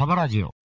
サバラジオ。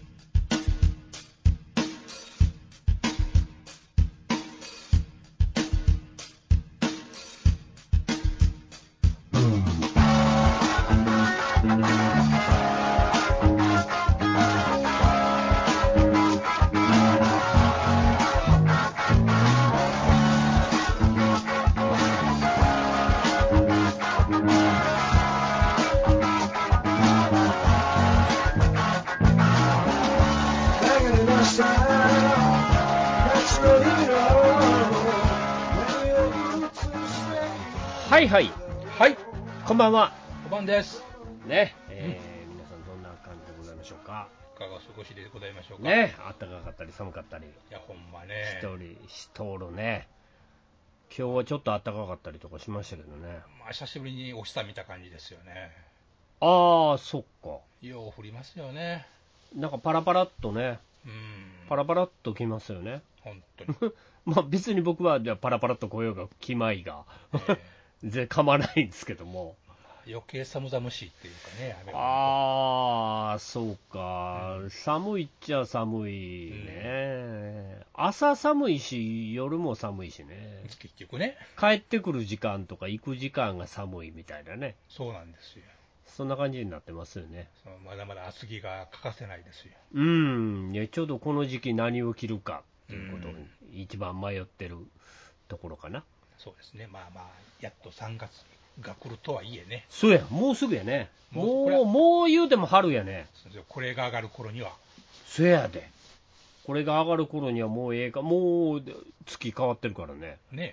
はいはいはい、 こんばんは。 おばんです。 ね、皆さんどんな感じでございましょうか。 いかがお過ごしでございましょうか。 ね、暖かかったり寒かったり。 いやほんまね。 しとるね。今日はちょっと暖かかったりとかしましたけどね。 まあ久しぶりにお日さん見た感じですよね。 ああ、そっか。 よう降りますよね。 なんかパラパラっとね、パラパラっときますよね。 本当に。 まあ別に僕はじゃあパラパラっと来ようが来まいが、全然構わないんですけども。 余計寒々しいっていうかね、雨がああ、そうか、寒いっちゃ寒いね、朝寒いし、夜も寒いしね、 結局ね。 帰ってくる時間とか行く時間が寒いみたいなね、 そうなんですよ。 そんな感じになってますよね。 まだまだ厚着が欠かせないですよ。 いやちょうどこの時期何を着るかということに一番迷ってるところかな。 そうですね。まあまあ、やっと3月が来るとはいえね。 そうや、もうすぐやね。もう言うても春やね。 これが上がる頃には。 そやで。これが上がる頃にはもうもう月変わってるからね。 ね。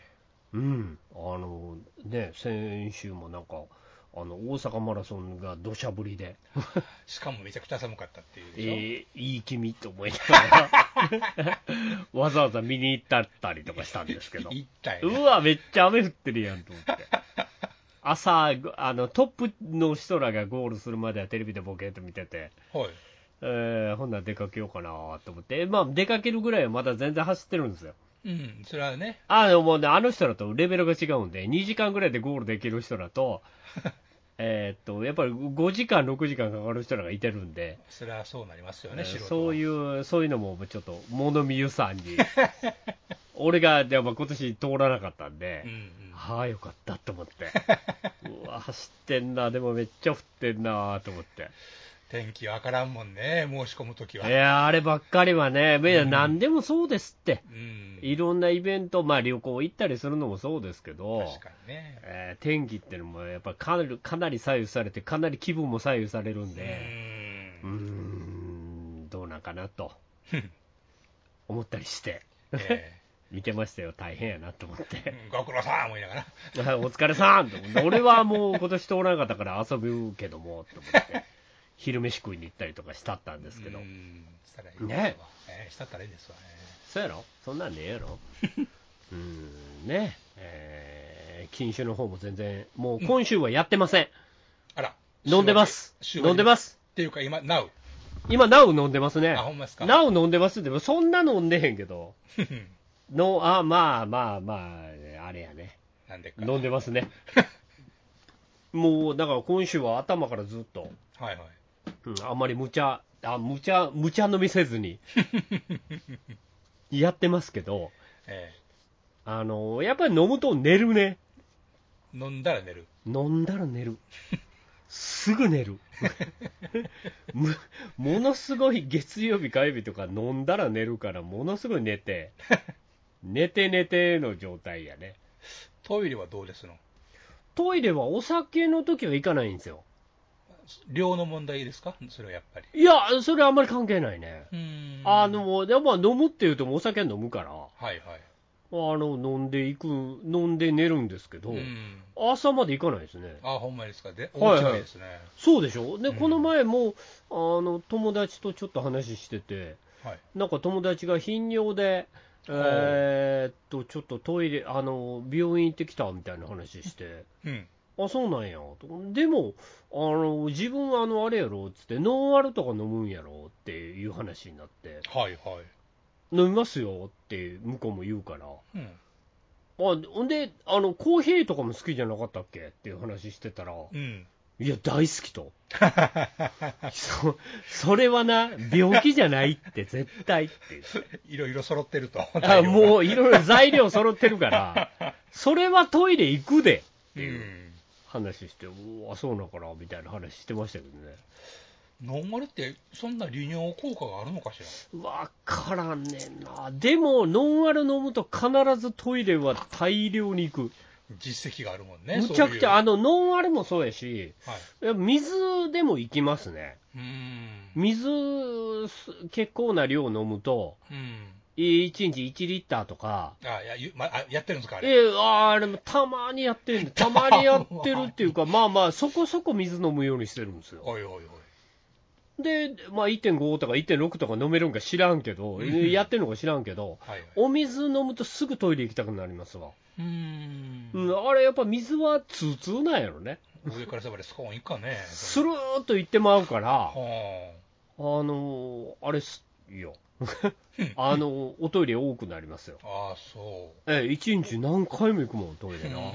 先週もなんか大阪マラソンが土砂降りでしかもめちゃくちゃ寒かったっていうでしょ。 いい気味と思いながらわざわざ見に行ったりとかしたんですけど行ったよ、 うわめっちゃ雨降ってるやんと思って朝トップの人らがゴールするまではテレビでボケーっと見てて、 はい。 ほんなら出かけようかなと思って、まあ出かけるぐらいはまだ全然走ってるんですよ。 それはね。 でもね、あの人らとレベルが違うんで、2時間ぐらいでゴールできる人らと、やっぱり5時間、6時間かかる人らがいてるんで、 それはそうなりますよね、素人は。 そういうのもちょっと物見ゆさんに、俺がでも今年通らなかったんで、よかったと思って、うわ、走ってんな、でもめっちゃ降ってんなと思って。 天気わからんもんね、申し込むときは。 いやあればっかりはね、何でもそうですって、いろんなイベント、旅行行ったりするのもそうですけど、 確かにね、 天気ってのもやっぱりかなり左右されて、かなり気分も左右されるんで、どうなんかなと思ったりして、見てましたよ、大変やなと思って、 ご苦労さん思いながら、 お疲れさんと思って、俺はもう今年通らなかったから遊ぶけどもと思って。昼飯食いに行ったりとかしたったんですけど、 したらいいですわ、したったらいいですわね。 そうやろ、そんなんねえやろね、禁酒の方も全然もう今週はやってません、 あら、 飲んでますっていうか今ナウ飲んでますね。 ほんまですか。 ナウ飲んでますでもそんな飲んでへんけどまああれやね、 なんでか飲んでますねもうだから今週は頭からずっとあんまり無茶飲みせずにやってますけど、やっぱり飲むと寝るね。 飲んだら寝るすぐ寝るものすごい月曜日火曜日とか飲んだら寝るからものすごい寝て寝ての状態やね。 トイレはどうですの？ トイレはお酒の時は行かないんですよ。 量の問題ですか？それはやっぱり。 いや、それはあんまり関係ないね。でも飲むって言うとお酒は飲むから、飲んで寝るんですけど、朝まで行かないですね。 ほんまですか。面白いですね。 そうでしょ。で、この前も友達とちょっと話してて、なんか友達が頻尿でちょっとトイレ病院行ってきたみたいな話して、そうなんやと。でも自分はあれやろっつって、ノンアルとか飲むんやろっていう話になって、飲みますよって向こうも言うから、ほんでコーヒーとかも好きじゃなかったっけっていう話してたら、 いや、大好きと。それはな、病気じゃないって、絶対って。 いろいろ揃ってると。 もういろいろ材料揃ってるから、それはトイレ行くでっていう話して、そうなんかなみたいな話してましたけどね。 ノンアルってそんな利尿効果があるのかしら。 わからんねんな。でもノンアル飲むと必ずトイレは大量に行く。 実績があるもんね。 むちゃくちゃ、ノンアルもそうやし、 はい、 水でも行きますね。水、結構な量飲むと、1日1リッターとか。 やってるんですかあれ。 あれもたまにやってるんで、たまにやってるっていうか、まあまあ、そこそこ水飲むようにしてるんですよ。 おいおいおい。 で、まあ、1.5 とか 1.6 とか飲めるんか知らんけど、やってるのか知らんけど、はいはい、お水飲むとすぐトイレ行きたくなりますわ。あれやっぱ水は通通なんやろね。 上から下までスコーンいっかね。 スルーっと行ってまうから、あれいやおトイレ多くなりますよ。 ああ、そう。 一日何回も行くもん、トイレな。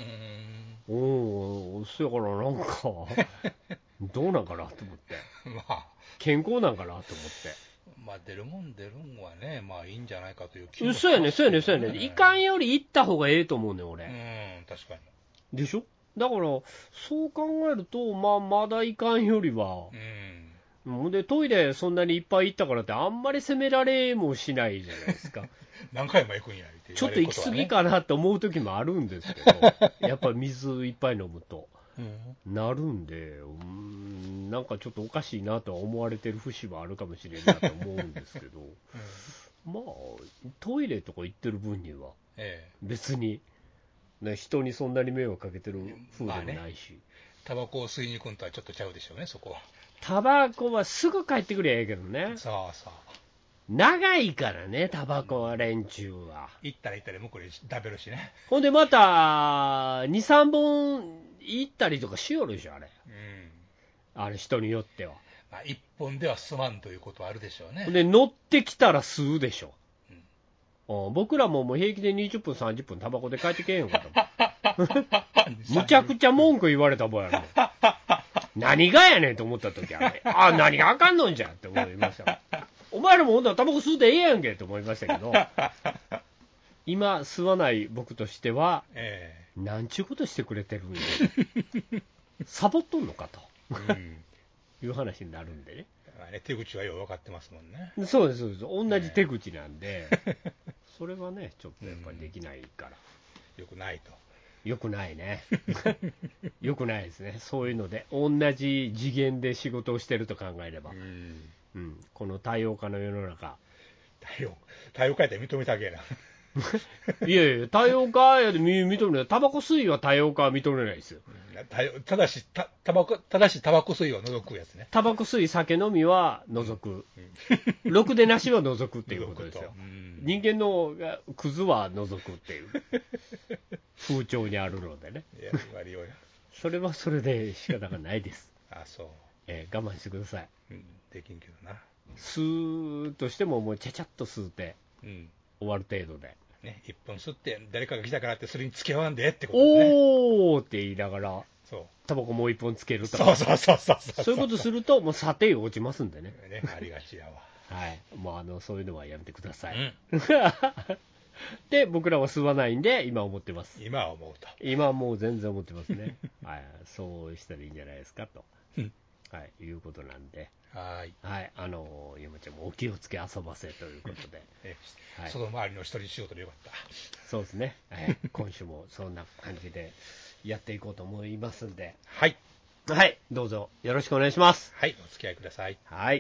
そやからなんか、どうなんかなと思って。まあ、健康なんかなと思って。 まあ、出るんはね、まあいいんじゃないかという気もします、 そうやね、そうやね、そうやね。いかんより行った方がええと思うね、俺。 確かに。 でしょ？だから、そう考えると、まあ、まだいかんよりは、で、トイレそんなにいっぱい行ったからって、あんまり責められもしないじゃないですか。 何回も行くんや、 ね、ちょっと行き過ぎかなって思う時もあるんですけど、やっぱ水いっぱい飲むと、なるんで、なんかちょっとおかしいなとは思われてる節はあるかもしれんなと思うんですけど、まあ、トイレとか行ってる分には、別に、ね、人にそんなに迷惑かけてる風でもないし。 タバコを吸いに行くんとはちょっとちゃうでしょうね、そこは。 タバコはすぐ帰ってくりゃええけどね。 そうそう。 長いからね、タバコは連中は。 行ったら行ったら向こうで食べるしね。 ほんでまた、2、3本行ったりとかしよるでしょ、あれ。あれ、人によっては。 まあ、1本では済まんということはあるでしょうね。 で、乗ってきたら吸うでしょ。僕らもう平気で20分、30分タバコで帰ってけえへんかと。むちゃくちゃ文句言われたぼやろ。何がやねんと思った時はね、何があかんのんじゃんって思いました。お前らもほんならタバコ吸うでええやんけって思いましたけど、今吸わない僕としては、なんちゅうことしてくれてるんや。サボっとんのかと、いう話になるんでね。 手口はよう分かってますもんね。 そうです、そうです。同じ手口なんで、それはね、ちょっとやっぱりできないから。 よくないと。 よくないね。よくないですね。そういうので、同じ次元で仕事をしてると考えれば。この多様化の世の中。 多様化やったら認めてあげやな。 いやいや、多様化やで認めない。タバコ吸いは多様化は認めないですよ。 ただしタバコ吸いは除くやつね。 タバコ吸い、酒飲みは除く。ろくでなしは除くっていうことですよ。人間のクズは除くっていう風潮にあるのでね。それはそれで仕方がないです。 そう。 我慢してください。 できんけどな。 吸うとしてももうちゃちゃっと吸うて、終わる程度で。 ね、1本吸って誰かが来たからってそれに付き合わんでってことですね。 おーって言いながら、タバコもう1本つけるとか。そういうことするともう査定落ちますんでね。 ありがちやわ。 はい。もうそういうのはやめてください。で、僕らは吸わないんで、今思ってます。 今は思うと。 今はもう全然思ってますね。はい。そうしたらいいんじゃないですかと。はい。いうことなんで。はい。山ちゃんもお気をつけ遊ばせということで。 その周りの一人仕事でよかった。 そうですね。今週もそんな感じでやっていこうと思いますんで。 はい。 はい。どうぞよろしくお願いします。 はい。お付き合いください。 はい。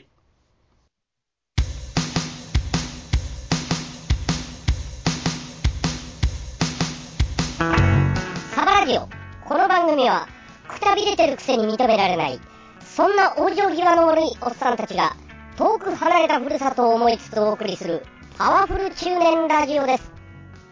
サバラジオ。この番組はくたびれてるくせに認められない、そんな往生際の悪いおっさんたちが遠く離れたふるさとを思いつつお送りするパワフル中年ラジオです。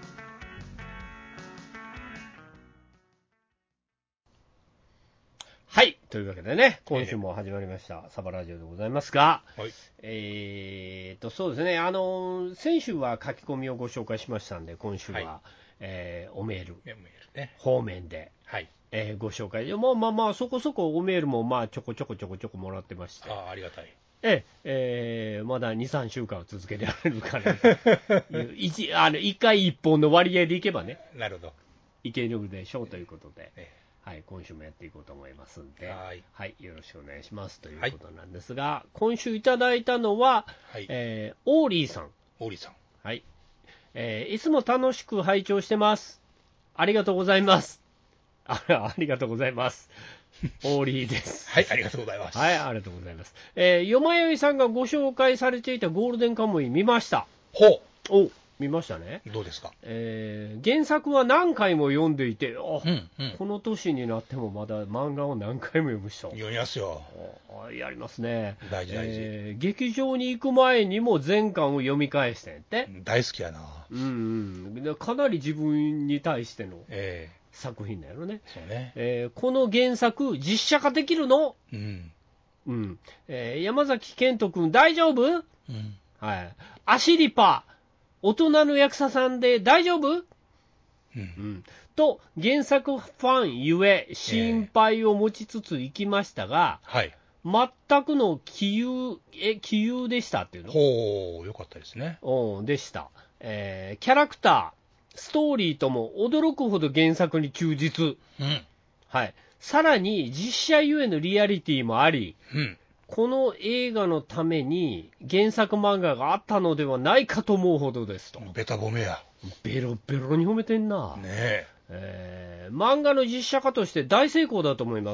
はい。というわけでね、今週も始まりました、サバラジオでございますが、そうですね、先週は書き込みをご紹介しましたんで、今週は、おメール、方面で、 ご紹介で、まあ、そこそこおメールもちょこちょこもらってまして、 ありがたい。 まだ2、3週間は続けてられるかなと1回1本の割合でいけばね、 なるほど、 いけるでしょうということで、はい、今週もやっていこうと思いますんで、 はい、 よろしくお願いしますということなんですが、今週いただいたのは、オーリーさん。はい。いつも楽しく拝聴してます。ありがとうございます。ありがとうございます。オーリーです。 はい、ありがとうございます。 はい、ありがとうございます。よまよいさんがご紹介されていたゴールデンカムイ見ました。見ましたね。 どうですか。 原作は何回も読んでいて、この年になってもまだ漫画を何回も読む人。 読みますよ。 やりますね。 大事。 劇場に行く前にも全巻を読み返してんって。 大好きやな。 かなり自分に対しての作品だよね。 そうね。 この原作、実写化できるの？山崎賢人君大丈夫？はい。アシリパ。大人の役者さんで大丈夫？と原作ファンゆえ心配を持ちつつ行きましたが、全くの杞憂でしたっていうの。 よかったですね。 でした。キャラクター、ストーリーとも驚くほど原作に忠実。さらに実写ゆえのリアリティもあり、この映画のために原作漫画があったのではないかと思うほどですと。 ベタ褒めや。 ベロベロに褒めてんな。漫画の実写化として大成功だと思います。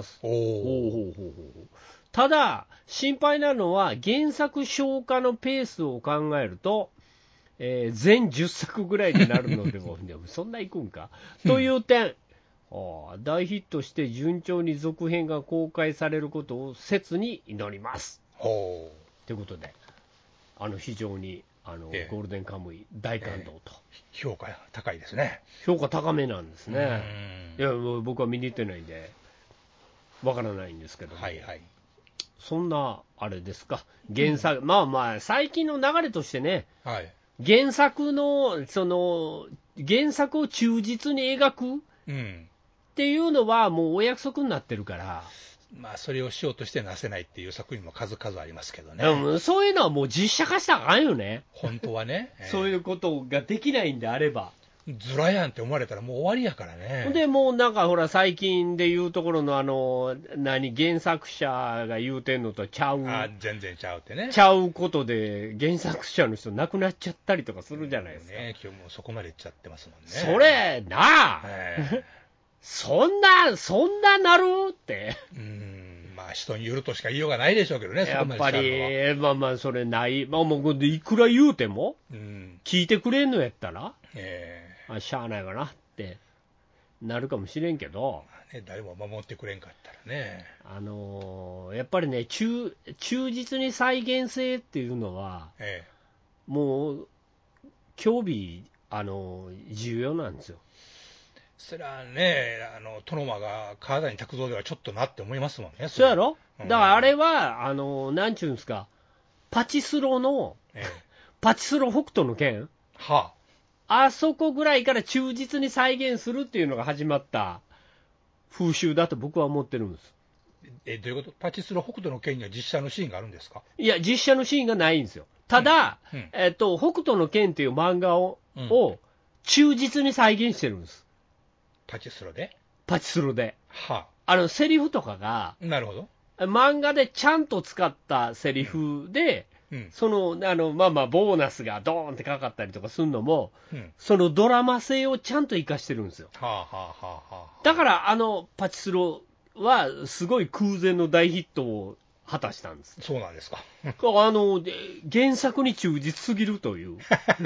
ただ心配なのは原作消化のペースを考えると、全10作ぐらいになるのでもそんないくんかという点。大ヒットして順調に続編が公開されることを切に祈ります。ということで、非常にゴールデンカムイ大感動と、 評価高いですね。 評価高めなんですね。いや僕は見に行ってないんでわからないんですけども、そんなあれですか、原作、最近の流れとしてね、原作の原作を忠実に描くっていうのはもうお約束になってるから、 それをしようとしてなせないっていう作品も数々ありますけどね。 そういうのはもう実写化したらあかんよね。 本当はね。 そういうことができないんであれば。 ずらやんって思われたらもう終わりやからね。 でもうほら最近でいうところの原作者が言うてんのとちゃう。 全然ちゃうってね。 ちゃうことで原作者の人亡くなっちゃったりとかするじゃないですか。 今日もそこまで言っちゃってますもんね。 それなあ。そんななるって。 人によるとしか言いようがないでしょうけどね。 やっぱりそれない。もういくら言うても、聞いてくれんのやったら、しゃあないかなってなるかもしれんけど、 誰も守ってくれんかったらね。 やっぱりね、忠実に再現性っていうのは、もう興味重要なんですよ。 それはね、殿間が川谷拓三ではちょっとなって思いますもんね。 そうやろ。だからあれはなんちゅうんですか、パチスロ北斗の拳、あそこぐらいから忠実に再現するっていうのが始まった風習だと僕は思ってるんです。 どういうこと？パチスロ北斗の拳には実写のシーンがあるんですか？ いや、実写のシーンがないんですよ。ただ、北斗の拳っていう漫画を忠実に再現してるんです。パチスロで。セリフとかが、漫画でちゃんと使ったセリフで、ボーナスがドーンってかかったりとかするのも、そのドラマ性をちゃんと生かしてるんですよ。だからパチスロはすごい空前の大ヒットを果たしたんです。 そうなんですか。 原作に忠実すぎるという。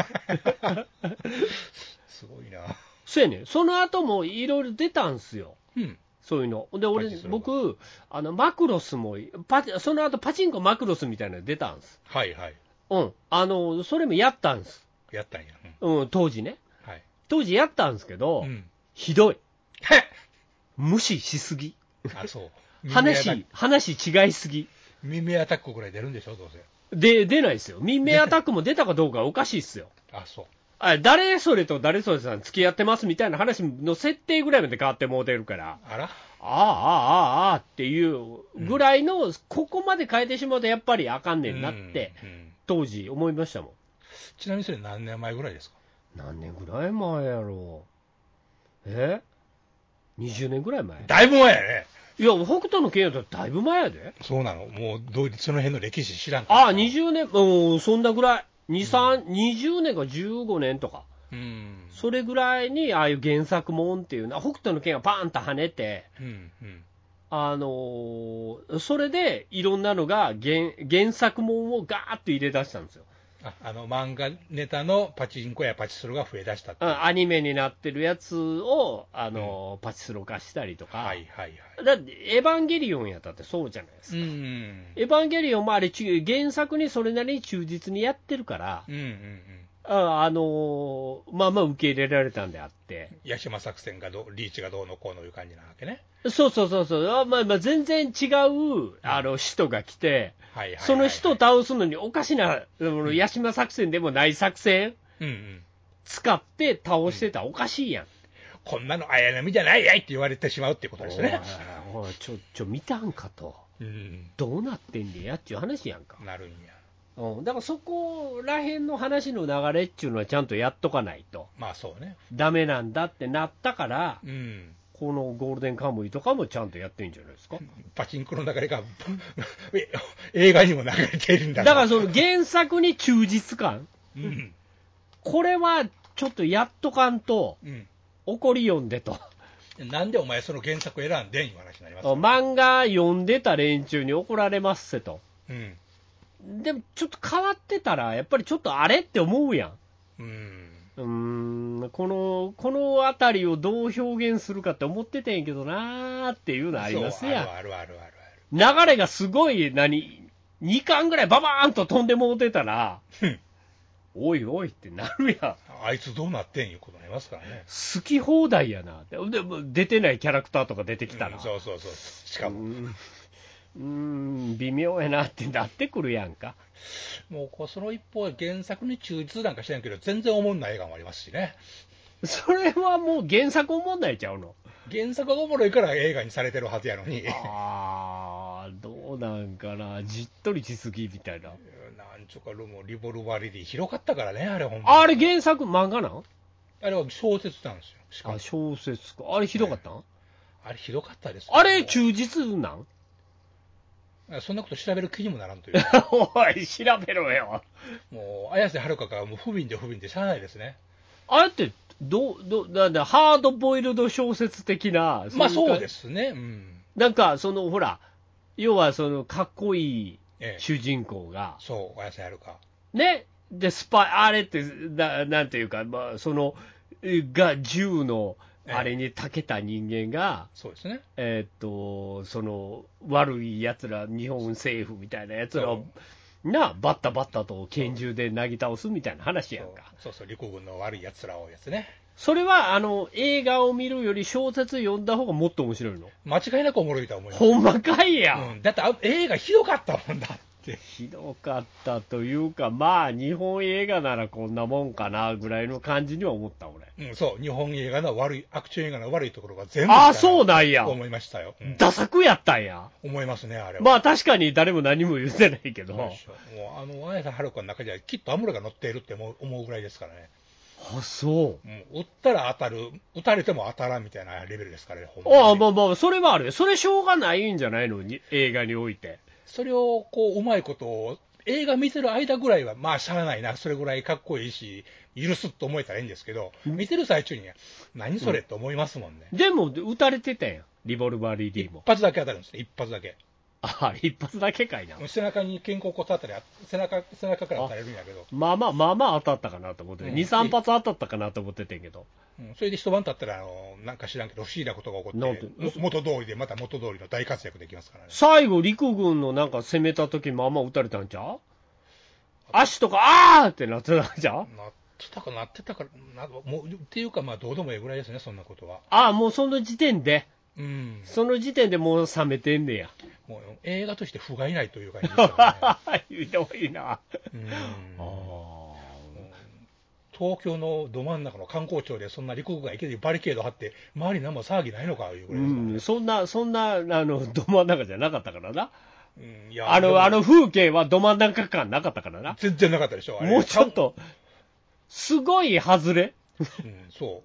すごいな。 そうやね。その後もいろいろ出たんすよ。そういうの。で、僕、マクロスも、その後パチンコマクロスみたいなの出たんです。それもやったんです。 やったんや。 当時ね。当時やったんですけど、ひどい。無視しすぎ。話違いすぎ。 民名アタックぐらい出るんでしょ、どうせ。 出ないですよ。民名アタックも出たかどうかおかしいっすよ。 誰それと誰それさん付き合ってますみたいな話の設定ぐらいまで変わってもうてるから、っていうぐらいの、ここまで変えてしまうとやっぱりあかんねんなって、当時思いましたもん。 ちなみにそれ何年前ぐらいですか？ 何年ぐらい前やろう。20年ぐらい前。 だいぶ前やね。 いや、北斗の拳やったらだいぶ前やで。 そうなの？もうその辺の歴史知らんかった。 20年、そんなぐらい。20年か15年とか。それぐらいに、ああいう原作もんっていう北斗の拳がパーンと跳ねて、それでいろんなのが原作もんをガーッと入れ出したんですよ。 漫画ネタのパチンコやパチスロが増え出したっていう。 アニメになってるやつを、パチスロ化したりとか。だって、エヴァンゲリオンやったってそうじゃないですか。エヴァンゲリオンもあれ、原作にそれなりに忠実にやってるから、まあまあ受け入れられたんであって。 八島作戦がリーチがどうのこうのいう感じなわけね。 そう。全然違う、使徒が来て、その使徒を倒すのにおかしな、八島作戦でもない作戦、使って倒してたらおかしいやん。 こんなの綾波じゃないやいって言われてしまうっていうことですね。 見たんかと。どうなってんねやっていう話やんか。 なるんや。 だからそこら辺の話の流れっていうのはちゃんとやっとかないと。 まあそうね。 ダメなんだってなったから、このゴールデンカムイとかもちゃんとやってるんじゃないですか。 パチンコの流れが映画にも流れてるんだ。 だからその原作に忠実感、これはちょっとやっとかんと、怒り読んでと。 なんでお前その原作選んでんいう話になります、ね、 漫画読んでた連中に怒られますせと。でもちょっと変わってたらやっぱりちょっとあれって思うやん。このあたりをどう表現するかって思っててんけどなーっていうのありますやん。流れがすごい2巻ぐらいババーンと飛んでもうてたらおいおいってなるやん。 あいつどうなってんいうことになりますからね。 好き放題やなって。でも出てないキャラクターとか出てきたら、 そうしかも微妙やなってなってくるやんか。 もうその一方原作に忠実なんかしてんけど全然おもんない映画もありますしね。 それはもう原作おもんないちゃうの。 原作がおもろいから映画にされてるはずやのに。 どうなんかな、じっとりしすぎみたいな。 なんちょかリボルバーレディ広かったからね、あれほんま。あれ原作漫画なん？ あれは小説なんですよ。しかも小説か。あれひどかったん？ あれひどかったです、ね。 あれ忠実なん？ そんなこと調べる気にもならんという。 おい、調べろよ。 もう、綾瀬はるかがもう不憫でしゃあないですね。 あれって、ハードボイルド小説的な。 まあそうですね。 なんか、ほら、要はかっこいい主人公が。 そう、綾瀬はるか。 ね。で、あれって、なんていうか、まあ、銃の、あれに長けた人間が、 そうですね。 悪い奴ら、日本政府みたいな奴らを、バッタバッタと拳銃でなぎ倒すみたいな話やんか。 そう、陸軍の悪い奴らをやつね。 それは、映画を見るより小説読んだ方がもっと面白いの？ 間違いなくおもろいと思います。 ほんまかいや。 だって映画ひどかったもんだって。 ひどかったというか、まあ、日本映画ならこんなもんかな、ぐらいの感じには思った、俺。 そう、日本映画のアクション映画の悪いところが全部。 そうなんや。 思いましたよ。 ダサやったんや。 思いますね、あれは。 まあ、確かに誰も何も言ってないけど。もう、綾瀬はるかの中ではきっとアムロが乗っているって思うぐらいですからね。 そう。 撃ったら当たる、撃たれても当たらんみたいなレベルですからね、ほんまに。まあ、それはあるよ。それしょうがないんじゃないのに、映画において。 それを、うまいことを、映画見てる間ぐらいは、まあ、しゃあないな、それぐらいかっこいいし、許すと思えたらいいんですけど、見てる最中に、何それって思いますもんね。 でも、撃たれてたやん、リボルバーリー D も。 一発だけ当たるんですね、一発だけ。 一発だけかいな。 背中に肩甲骨あたり、背中から当たれるんやけど。 まあ当たったかなと思って、2、3発当たったかなと思っててんけど。 それで一晩経ったら、なんか知らんけど、不思議なことが起こって、元通りで、また元通りの大活躍できますからね。 最後、陸軍のなんか攻めた時まあまあ撃たれたんちゃう？足とか、ってなってたんちゃう？ なってたから、もう、っていうか、まあ、どうでもいいぐらいですね、そんなことは。 もうその時点で。その時点でもう冷めてんねや。 もう映画として不甲斐ないという感じですからね。 ひどいな。 東京のど真ん中の観光庁でそんな陸軍がいきなりバリケード張って、周り何も騒ぎないのかいうぐらいですからね。 そんなど真ん中じゃなかったからな。 いや風景はど真ん中感なかったからな。 全然なかったでしょ。 もうちょっと、すごい外れ。 そう。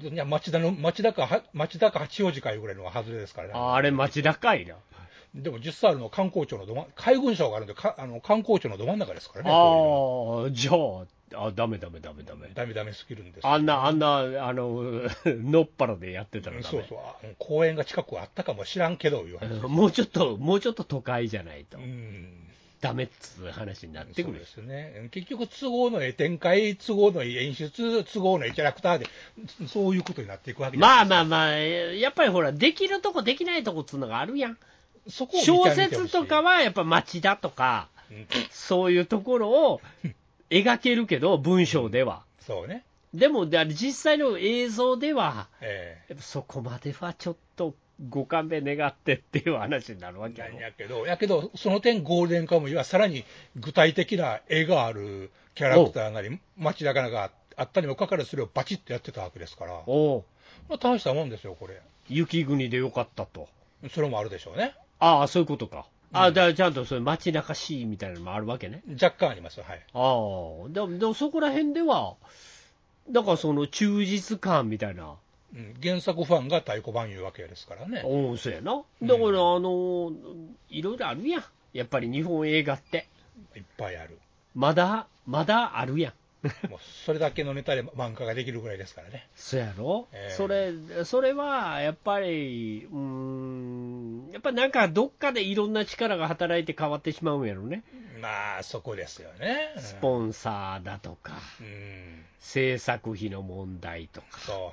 いや、町田か八王子かいうぐらいのが外れですからね。 あれ町田かいな。 でも実際観光庁の海軍省があるんで、観光庁のど真ん中ですからね。 じゃあ、ダメすぎるんです。 あんな、のっぱらでやってたらダメ。 そう。公園が近くあったかも知らんけど、 もうちょっと都会じゃないと。ダメっつう話になってくる。 そうですね。結局、都合のいい展開、都合のいい演出、都合のいいキャラクターで、そういうことになっていくわけです。 まあ、やっぱりほら、できるとこできないとこっつうのがあるやん。小説とかはやっぱ町田とか、そういうところを描けるけど、文章では。 そうね。 でも、実際の映像では、やっぱそこまではちょっとご勘弁願ってっていう話になるわけやけど、その点、ゴールデンカムイはさらに具体的な絵があるキャラクターなり、街中があったにもかかわらず、それをバチッとやってたわけですから、大したもんですよ、これ。 雪国でよかったと。 それもあるでしょうね。 ああ、そういうことか。だからちゃんとそういう街中シーンみたいなのもあるわけね。 若干あります、はい。 でもそこら辺では、だからその忠実感みたいな。 原作ファンが太鼓判いうわけですからね。 そうやな。だから、いろいろあるやん。やっぱり日本映画って。 いっぱいある。 まだあるやん。 もうそれだけのネタで漫画ができるぐらいですからね。 そうやろ、それはやっぱり、やっぱなんかどっかでいろんな力が働いて変わってしまうんやろね。 まあ、そこですよね。 スポンサーだとか、制作費の問題とか。 そう、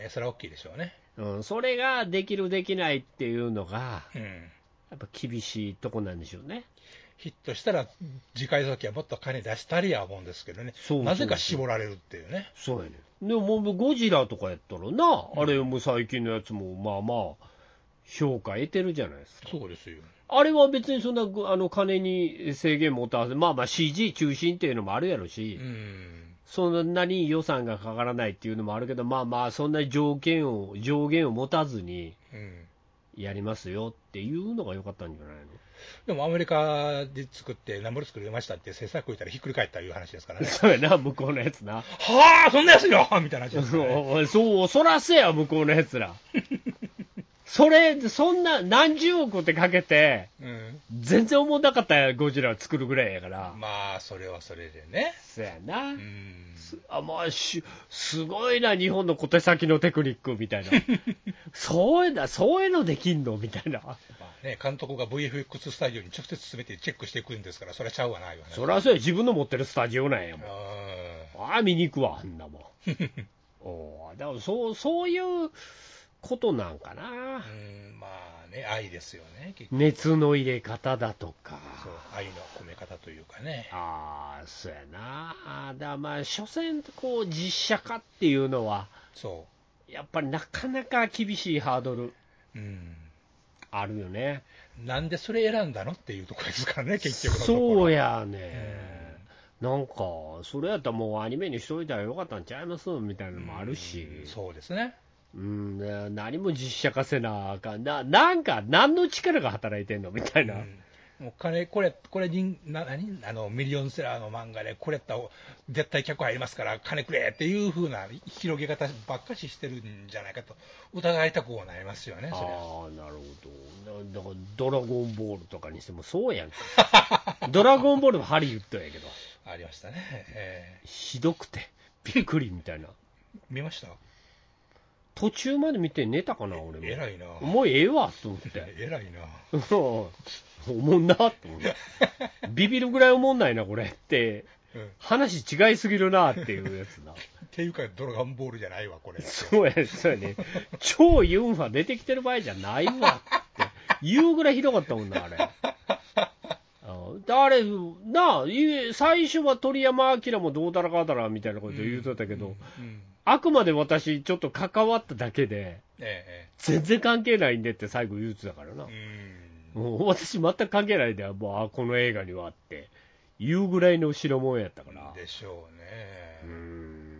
それは大きいでしょうね。 それができるできないっていうのが、やっぱ厳しいとこなんでしょうね。 ヒットしたら次回先はもっと金出したりや思うんですけどね。なぜか絞られるっていうね。 そうやね。でももうゴジラとかやったらな、あれも最近のやつもまあまあ評価得てるじゃないですか。 そうですよ。 あれは別にそんな金に制限持たず、まあ CG 中心っていうのもあるやろし、そんなに予算がかからないっていうのもあるけど、まあそんな上限を持たずにやりますよっていうのが良かったんじゃないの。 でもアメリカで作って何ぼで作りましたって制作を言ったらひっくり返ったいう話ですからね。 そうやな、向こうのやつな。 はあ、そんなやつよみたいな話ですからね。 そらせや、向こうのやつら。そんな何十億ってかけて、全然思んなかったや、ゴジラを作るぐらいやから。 まあ、それはそれでね。 そうやな。まあ、すごいな、日本の小手先のテクニックみたいな。そういうのできんのみたいな。まあね、監督が VFX スタジオに直接詰めてチェックしていくんですから、それはちゃうわな、 そりゃそうや、自分の持ってるスタジオなんやもん。見に行くわ、あんなもん。だからそういうことなんかな。 まあね、愛ですよね。 熱の入れ方だとか。 そう、愛の込め方というかね。 そうやな。だからまあ、所詮こう実写化っていうのは、やっぱりなかなか厳しいハードル。あるよね。 なんでそれ選んだのっていうところですからね、結局のところ。そうやね。なんか、それやったらもうアニメにしといたらよかったんちゃいますみたいなのもあるし。 そうですね。 何も実写化せなあかん。なんか、何の力が働いてんのみたいな。 もうこれに、ミリオンセラーの漫画で、これやったら絶対客入りますから、金くれっていう風な広げ方ばっかししてるんじゃないかと疑いたくもなりますよね、それは。 なるほど。だから、ドラゴンボールとかにしてもそうやんか。ドラゴンボールはハリウッドやけど。 ありましたね。 ひどくて、びっくりみたいな。 見ました？ 途中まで見て寝たかな、俺も。 偉いな。 もうええわ、と思って。 偉いな。 おもんなと思って。ビビるぐらいおもんないな、これって。話違いすぎるなっていうやつな。 っていうか、ドラゴンボールじゃないわ、これ。 そうやね。超ユンファ出てきてる場合じゃないわって言うぐらいひどかったもんな、あれ。最初は鳥山明もどうだらかだらみたいなこと言うとったけど、あくまで私ちょっと関わっただけで、全然関係ないんでって最後言うてたからな。もう私全く関係ないで、もうこの映画にはって言うぐらいの代物やったから。 でしょうね。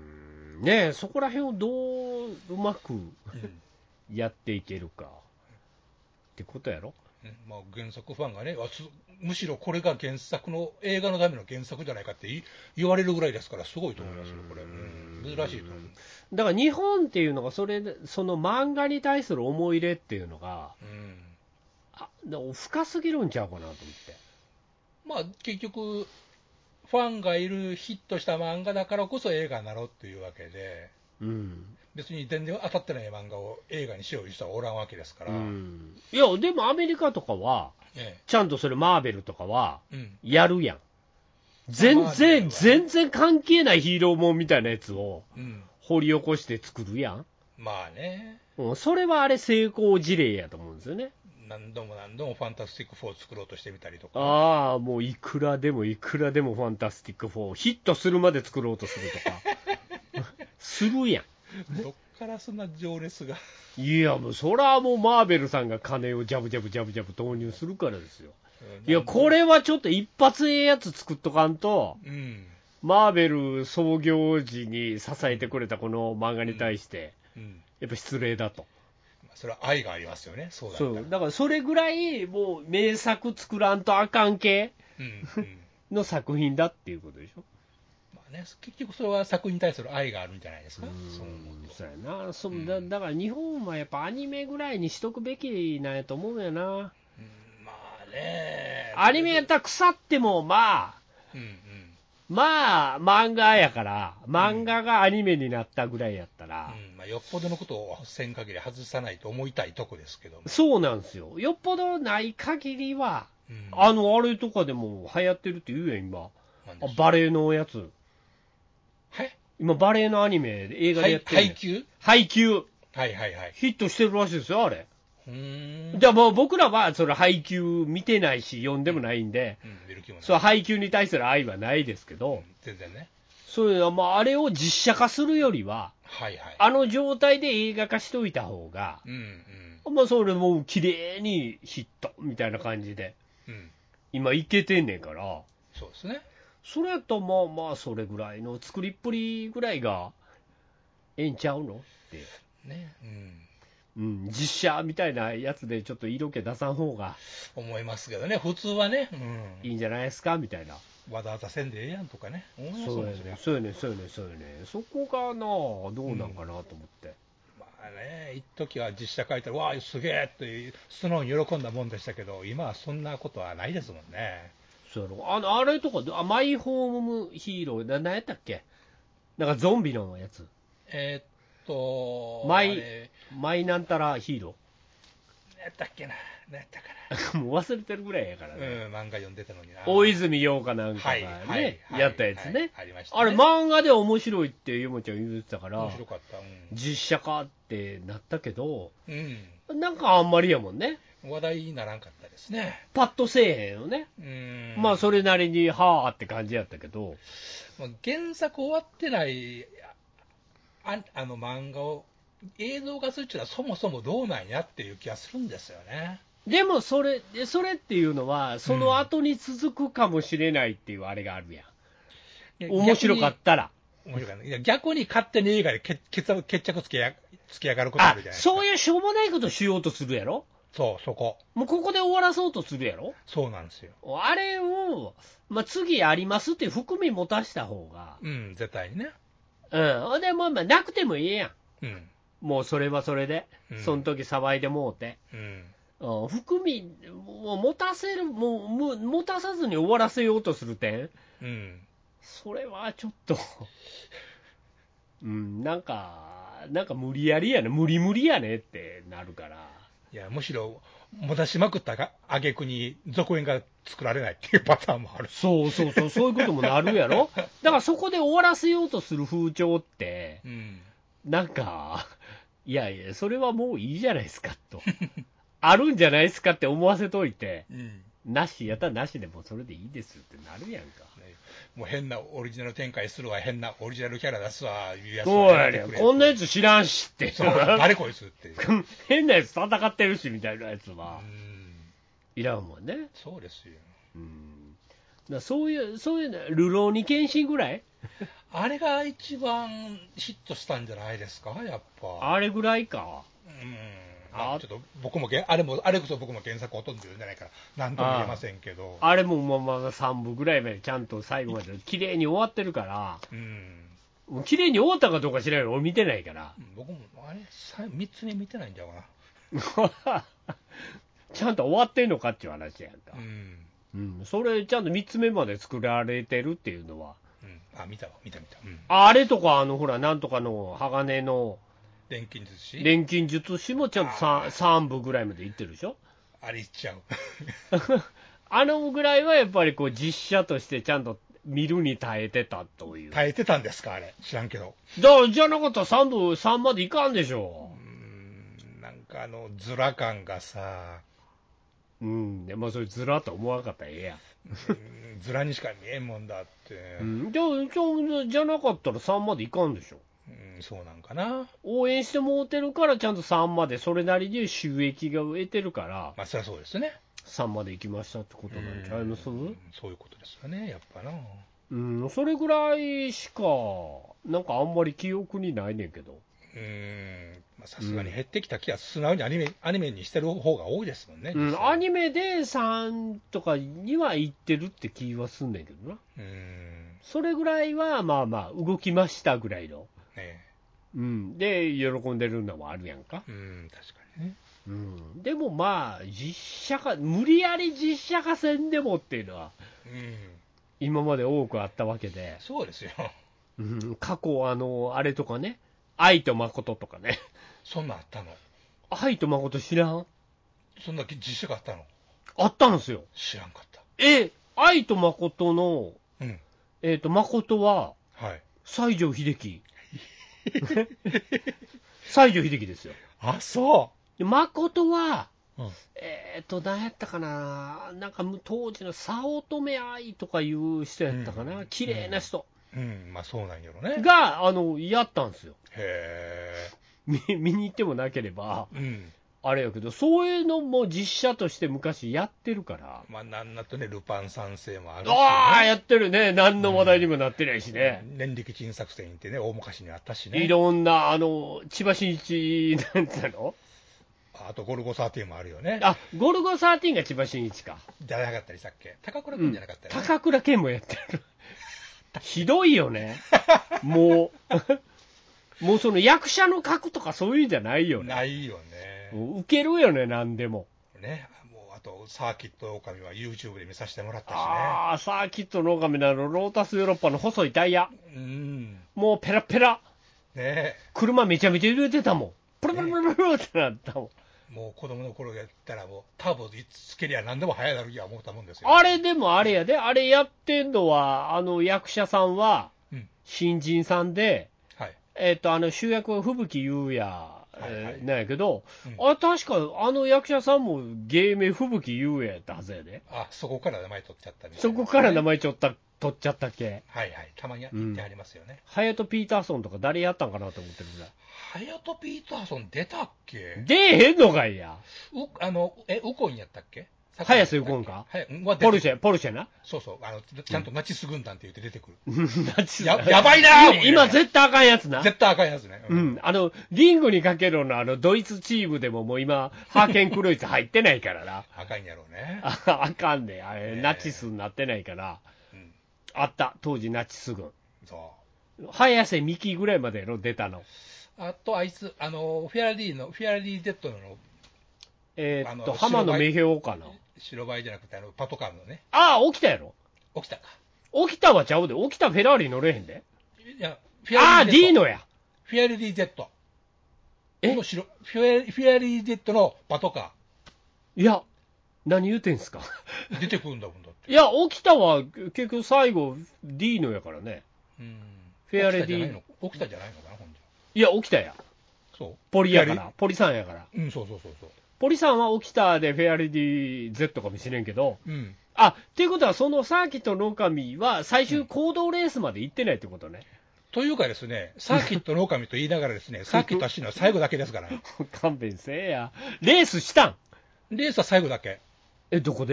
ねえ、そこら辺をどううまくやっていけるかってことやろ。 まあ、原作ファンがね、むしろこれが原作の映画のための原作じゃないかって言われるぐらいですから、すごいと思いますよ、これ、珍しいと思う。 だから日本っていうのがその漫画に対する思い入れっていうのが、でも深すぎるんちゃうかなと思って。 まあ、結局、ファンがいるヒットした漫画だからこそ映画になろうっていうわけで、別に全然当たってない漫画を映画にしよういう人はおらんわけですから。 いや、でもアメリカとかは、ちゃんとそれマーベルとかはやるやん。全然関係ないヒーローもんみたいなやつを掘り起こして作るやん。 まあね。 それはあれ成功事例やと思うんですよね。 何度もファンタスティック4を作ろうとしてみたりとか。 ああ、もういくらでもファンタスティック4ヒットするまで作ろうとするとかするやん。 どっからそんな情熱が。 いや、もうそらもうマーベルさんが金をジャブ投入するからですよ。いや、これはちょっと一発やつ作っとかんと、マーベル創業時に支えてくれたこの漫画に対して、やっぱ失礼だと。 それは愛がありますよね。そうだからそれぐらいもう名作作らんとあかん系の作品だっていうことでしょ。 まあね、結局それは作品に対する愛があるんじゃないですか。 そうやな。だから日本はやっぱアニメぐらいにしとくべきなんやと思うよな。 まあね。 アニメやったら腐ってもまあ漫画やから漫画がアニメになったぐらいやったら、 まあ、よっぽどのことをせん限り外さないと思いたいとこですけども。 そうなんですよ。よっぽどない限りは、あれとかでも流行ってるって言うやん今。バレエのやつ。今バレエのアニメ映画でやってる。配給。ヒットしてるらしいですよあれ。じゃあもう僕らはそれ配給見てないし読んでもないんで、それ配給に対する愛はないですけど、 全然ね。 そういうのはまああれを実写化するよりは、あの状態で映画化しといた方が、まあそれもう綺麗にヒットみたいな感じで、今いけてんねんから。 そうですね。 それやったらまあそれぐらいの作りっぷりぐらいがええんちゃうのってね。 実写みたいなやつでちょっと色気出さん方が思いますけどね、普通はね、 いいんじゃないですかみたいな。 わざわざせんでええやんとかね、 そうやね。そこがなどうなんかなと思って。 まあね、一時は実写書いたらわあすげえって素直に喜んだもんでしたけど、今はそんなことはないですもんね。 そうやろ。あれとかマイホームヒーロー何やったっけ、なんかゾンビのやつ。マイなんたらヒーロー。何やったっけな。 もう忘れてるぐらいやからね。 漫画読んでたのにな。 大泉洋かなんかがね、やったやつね。あれ漫画で面白いってゆもちゃん言ってたから、 面白かった。 実写化ってなったけど、なんかあんまりやもんね。 話題にならんかったですね。 パッとせえへんよね。まあそれなりにはあって感じやったけど、 原作終わってない漫画を映像化するっていうのはそもそもどうなんやっていう気がするんですよね。 でもそれっていうのはその後に続くかもしれないっていうあれがあるやん。面白かったら。 逆に勝手に映画で決着つけやがることあるじゃないですか。 そういうしょうもないことしようとするやろ。 そこ。 もうここで終わらそうとするやろ。 そうなんですよ。 あれを、次ありますって含み持たした方が。 絶対にね。 でもなくてもいいやん。 もうそれはそれで、その時騒いでもうて。含みを持たせる、持たさずに終わらせようとする点。それはちょっと、なんか無理やりやね、無理やねってなるから。 いや、むしろ、持たしまくった挙句に続編が作られないっていうパターンもある。 そういうこともなるやろ。だからそこで終わらせようとする風潮って、なんか、いや、それはもういいじゃないですかと。あるんじゃないですかって思わせといて、なしやったらなしでもそれでいいですってなるやんか。 もう変なオリジナル展開するわ、変なオリジナルキャラ出すわ、いうやつそうやねん。こんなやつ知らんしって。 誰こいつって。 変なやつ戦ってるしみたいなやつは。いらんもんね。 そうですよ。 そういうの、流浪に剣心ぐらいあれが一番ヒットしたんじゃないですか、やっぱ。 あれぐらいか。 まあ、ちょっと僕もあれこそ僕も原作ほとんど読んでないから何とも言えませんけど、 あれもまあ3部ぐらいまでちゃんと最後まで綺麗に終わってるから、もう綺麗に終わったかどうか知らないよ、俺見てないから。 僕もあれ3つ目見てないんだよな。 ちゃんと終わってんのかっていう話やんか。それちゃんと3つ目まで作られてるっていうのは。 見た。 あれとかほらなんとかの鋼の錬金術師もちゃんと 3部ぐらいまでいってるでしょ。 あれいっちゃう。 あのぐらいはやっぱりこう実写としてちゃんと見るに耐えてたという。 耐えてたんですか、あれ。知らんけど。 じゃなかったら3までいかんでしょ。 なんかズラ感がさ。 でもそれズラと思わなかったらええやん。 ズラにしか見えんもんだって。 じゃなかったら3までいかんでしょ。 そうなんかな。 応援してもうてるからちゃんと3までそれなりに収益が得てるから、 まあそりゃそうですね。 3まで行きましたってことなんちゃいます？そういうことですよね、やっぱな。 それぐらいしかなんかあんまり記憶にないねんけど。 さすがに減ってきた気は素直にアニメにしてる方が多いですもんね。 アニメで3とかには行ってるって気はすんねんけどな。それぐらいはまあまあ動きましたぐらいの。で喜んでるのもあるやんか。 確かにね。 でもまあ無理やり実写化せんでもっていうのは、今まで多くあったわけで。 そうですよ。 過去あれとかね、愛と誠とかね。 そんなんあったの？ 愛と誠知らん？ そんな実写があったの？ あったんですよ。 知らんかった。 愛と誠の、誠は、西城秀樹。西城秀樹ですよ。 あ、そう。 誠は、何やったかな、なんか当時の早乙女愛とかいう人やったかな、綺麗な人。 まあそうなんやろね。 が、やったんですよ。 へ見に行ってもなければ、あれやけど、そういうのも実写として昔やってるから。 まあなんなとね、ルパン三世もあるし、ね。 やってるね。何の話題にもなってないしね。 年力珍作戦ってね、大昔にあったしね。 いろんな、千葉真一、なんていうの？ あとゴルゴ13もあるよね。 ゴルゴ13が千葉真一か。 じゃなかったりさっけ？高倉健じゃなかったり、 ね、高倉健もやってる。ひどいよね。もうその役者の格とかそういうんじゃないよね。 ないよね。 ウケるよね、なんでも。 ね、もうあとサーキット狼は YouTube で見させてもらったしね。 サーキット狼のロータスヨーロッパの細いタイヤ。もうペラペラ。 ね、 車めちゃめちゃ揺れてたもん。プルプルプルプルってなったもん。 もう子供の頃やったらもうターボつけりゃ何でも早なるや思ったもんですよ。 あれでもあれやで、あれやってんのは役者さんは新人さんで、主役は吹雪優也なんやけど、確か役者さんも芸名吹雪優也やったはずやで。 そこから名前取っちゃったみたいな、ね。 そこから名前取っちゃったっけ。 たまに言ってありますよね。 ハヤト・ピーターソンとか誰やったんかなと思ってるぐらい。 ハヤト・ピーターソン出たっけ？ 出えへんのかいや。 ウコンやったっけ？ 早瀬ウコンか？ポルシェな。 そうそう、ちゃんとナチス軍団って言って出てくる。 やばいなー。 今絶対あかんやつな。 絶対あかんやつね。 リングにかけるのドイツチームでももう今、ハーケンクロイツ入ってないからな。 あかんやろうね。 あかんね。ナチスになってないから。あった、当時ナチス軍。 そう。 早瀬美紀ぐらいまでの出たの。 あとあいつ、フェアリー Z の浜野目標かな。 白バイじゃなくてパトカーのね。 起きたやろ。 起きたか。 起きたはちゃうで。起きたフェラーリ乗れへんで。 いや、 ディーノや。 フェアリー Z。フェアリー Z のパトカー。いや、何言うてんすか。 出てくるんだもんだって。 いや、起きたは結局最後、ディーノやからね。 フェアリー。起きたじゃないのかな、ほんと。 いや、起きたや。 そう。 ポリやから。ポリさんやから。 そう。 ポリさんは起きたでフェアレディ Z かもしれんけど、っていうことは、そのサーキットの狼は最終行動レースまで行ってないってことね。 というかですね、サーキットの狼と言いながらですね、サーキット走るのは最後だけですから。 勘弁せえや。レースしたん？ レースは最後だけ。 どこで？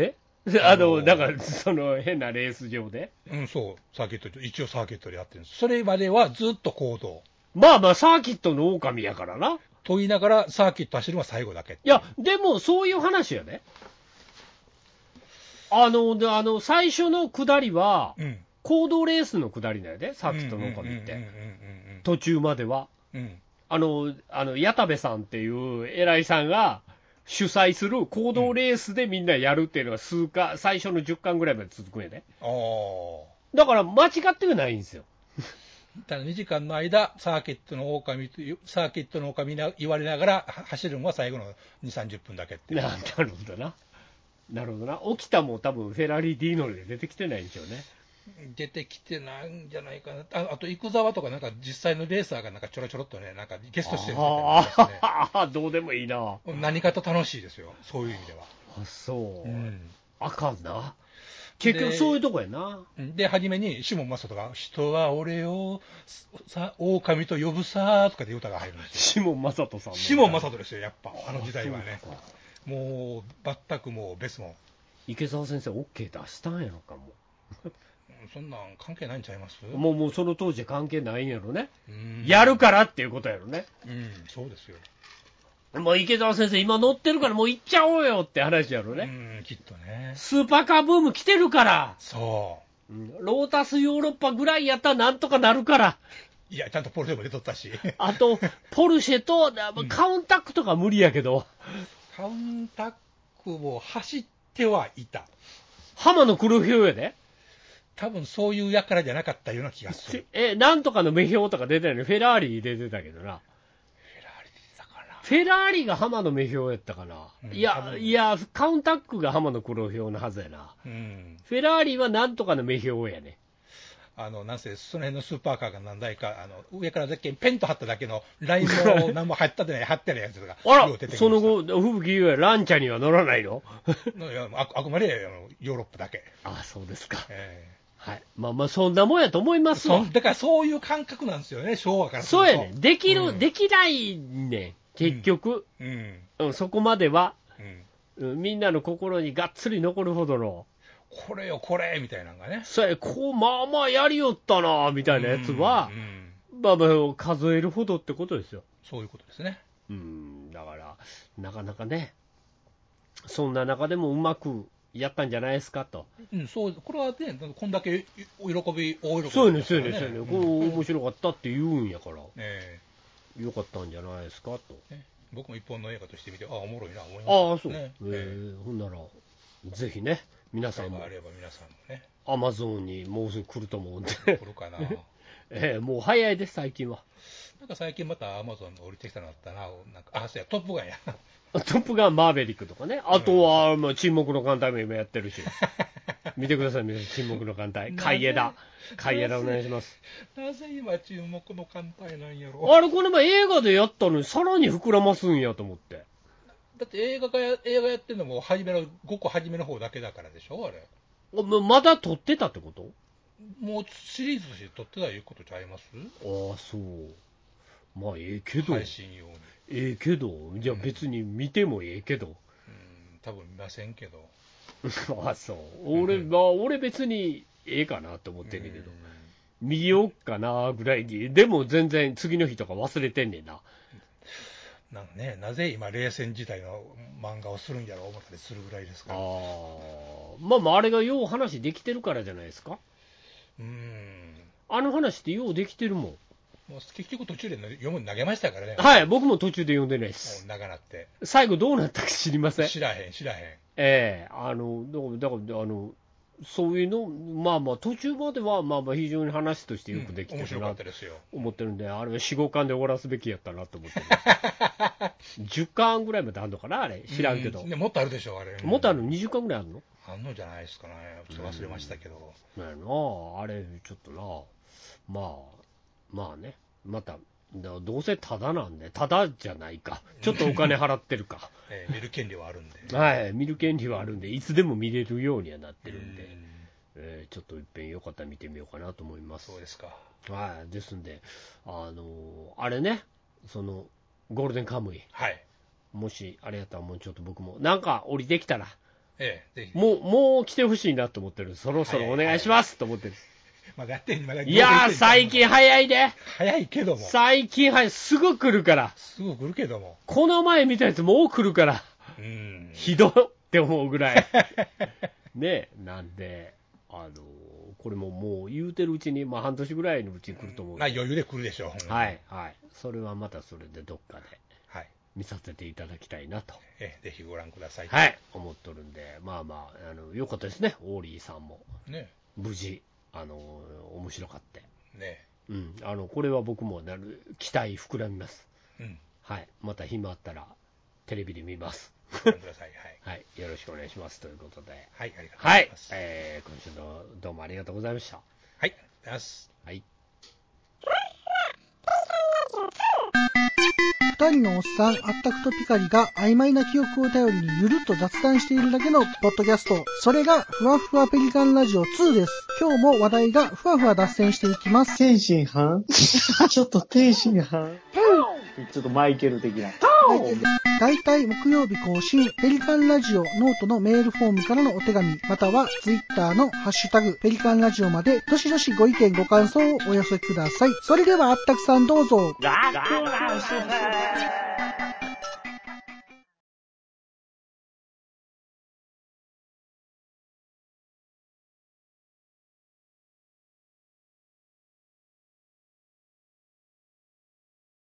だから、その変なレース場で。 そう、サーキット、一応サーキットでやってるんです。それまではずっと公道。 まあまあ、サーキットの狼やからな。 と言いながら、サーキット走るのは最後だけ。 いや、でも、そういう話やね。最初の下りは、公道レースの下りなんやで、サーキットの狼って。途中までは。矢田部さんっていう偉いさんが主催する公道レースでみんなやるっていうのが最初の10巻ぐらいまで続くんやで。だから間違ってはないんですよ。 ただ2時間の間、サーキットの狼言われながら走るのは最後の2、30分だけっていう。 なるほどな。なるほどな。沖田も多分フェラーリディーノで出てきてないんでしょうね。 出てきてないんじゃないかな。あと、生沢とか、なんか実際のレーサーがなんかちょろちょろっとね、なんかゲストしてるみたいな、 ね。どうでもいいな。 何かと楽しいですよ、そういう意味では。 そう。あかんな。結局そういうとこやな。 で、初めに、シモン・マサトが、人は俺を狼と呼ぶさーとかで歌が入るんですよ。 シモン・マサトさん。 シモン・マサトですよ、やっぱ、あの時代はね。もう、全くもう別もん。 池澤先生、OK 出したんやろかも。 そんなん関係ないんちゃいます？ もうその当時関係ないんやろね。やるからっていうことやろね。 そうですよ。 もう池澤先生、今乗ってるからもう行っちゃおうよって話やろね。 きっとね。 スーパーカーブーム来てるから。 そう。 ロータスヨーロッパぐらいやったらなんとかなるから。 いや、ちゃんとポルシェも出とったし。 あと、ポルシェとカウンタックとか無理やけど。 カウンタックも走ってはいた。 浜野黒豹やで。 多分そういう輩じゃなかったような気がする。 なんとかの目標とか出てないのに、フェラーリ出てたけどな。フェラーリが浜野目標やったかな。いや、カウンタックが浜野黒豹のはずやな。フェラーリはなんとかの目標やね。 なんせ、その辺のスーパーカーが何台か、上からだけペンと貼っただけのラインも何も貼ってないやつが。 あら、その後、吹雪優也ランチャには乗らないの？ いや、あくまでヨーロッパだけ。 そうですか。はい。まあそんなもんやと思いますわ。 だからそういう感覚なんですよね、昭和からすると。そうやね。できないね。結局。そこまでは、みんなの心にがっつり残るほどの。 これよ、これみたいなのがね。 そうや、まあまあやりよったな、みたいなやつは、まあ数えるほどってことですよ。 そういうことですね。 だから、なかなかね、そんな中でもうまくやったんじゃないですかと。 そう、これはね、こんだけ大喜びそうね。これ面白かったって言うんやから、よかったんじゃないですかと。 僕も一本の映画として見て、おもろいな思いましたね。 そう。ほんなら、ぜひね、皆さんもアマゾンにもうすぐ来ると思うんで。 来るかな。 もう早いです、最近は。 なんか最近またアマゾンに降りてきたのあったな。そうや、トップガンや。 トップガンマーヴェリックとかね。あとは、沈黙の艦隊も今やってるし。見てください、皆さん、沈黙の艦隊。海江田お願いします。 なぜ今、沈黙の艦隊なんやろ。 この前映画でやったのに、さらに膨らますんやと思って。 だって映画やってるのも5個初めの方だけだからでしょ、あれ。 まだ撮ってたってこと？ もうシリーズとして撮ってたいうことちゃいます？ そう。まあ、けど。 配信用に。 けど。じゃあ別に見てもけど。 多分見ませんけど。 そう。俺別にかなと思ってんねんけど。見よっかなぐらいに。でも全然次の日とか忘れてんねんな。 なぜ今冷戦時代の漫画をするんやろう思ったりするぐらいですから。 あれがよう話できてるからじゃないですか。あの話ってようできてるもん。 もう結局途中で読むの投げましたからね。 はい、僕も途中で読んでないです。 長なって。 最後どうなったか知りません。 知らへん。 だからそういうの、途中までは非常に話としてよくできてるなと思ってるんで、あれは4、5巻で終わらすべきやったなと思ってる。10巻ぐらいまであるのかな、あれ。知らんけど。 もっとあるでしょ、あれ。 もっとあるの？20巻ぐらいあるの？ あんのじゃないですかね。ちょっと忘れましたけど。 あれ、ちょっとな、まあね、また、どうせタダなんで、タダじゃないか。ちょっとお金払ってるか。 見る権利はあるんで。 はい、見る権利はあるんで、いつでも見れるようにはなってるんで、ちょっと一遍よかったら見てみようかなと思います。 そうですか。 はい、ですんで、あれね、その、ゴールデンカムイ。 はい。 もし、あれやったらもうちょっと僕も、なんか降りてきたら、 ぜひ。 もう来てほしいなと思ってる。そろそろお願いしますと思ってる。 まだやってんまだ。 いやー、最近早いで。 早いけども。 最近早い。すぐ来るから。 すぐ来るけども。 この前見たやつもう来るから。ひどって思うぐらい。ね、なんで、これももう言うてるうちに、まあ半年ぐらいのうちに来ると思う。 余裕で来るでしょう。 はいはい。それはまたそれでどっかで見させていただきたいなと。 ぜひご覧ください。 はい。思っとるんで、まあまあ、よかったですね。オーリーさんも。ね。無事、面白かった。ね。うん。これは僕も期待膨らみます。うん。はい。また暇あったら、テレビで見ます。 ご覧ください。 はい。はい。よろしくお願いします。ということで。 はい。ありがとうございます。 はい。今週のどうもありがとうございました。 はい。ありがとうございます。 はい。 二人のおっさん、あったくとピカリが曖昧な記憶を頼りにゆるっと雑談しているだけのポッドキャスト。それがふわふわペリカンラジオ2です。今日も話題がふわふわ脱線していきます。 天津飯ちょっと天津飯ちょっとマイケル的な。 だいたい木曜日更新、ペリカンラジオノートのメールフォームからのお手紙、またはツイッターのハッシュタグ、ペリカンラジオまで、どしどしご意見ご感想をお寄せください。それではあったくさんどうぞ。 楽な主婦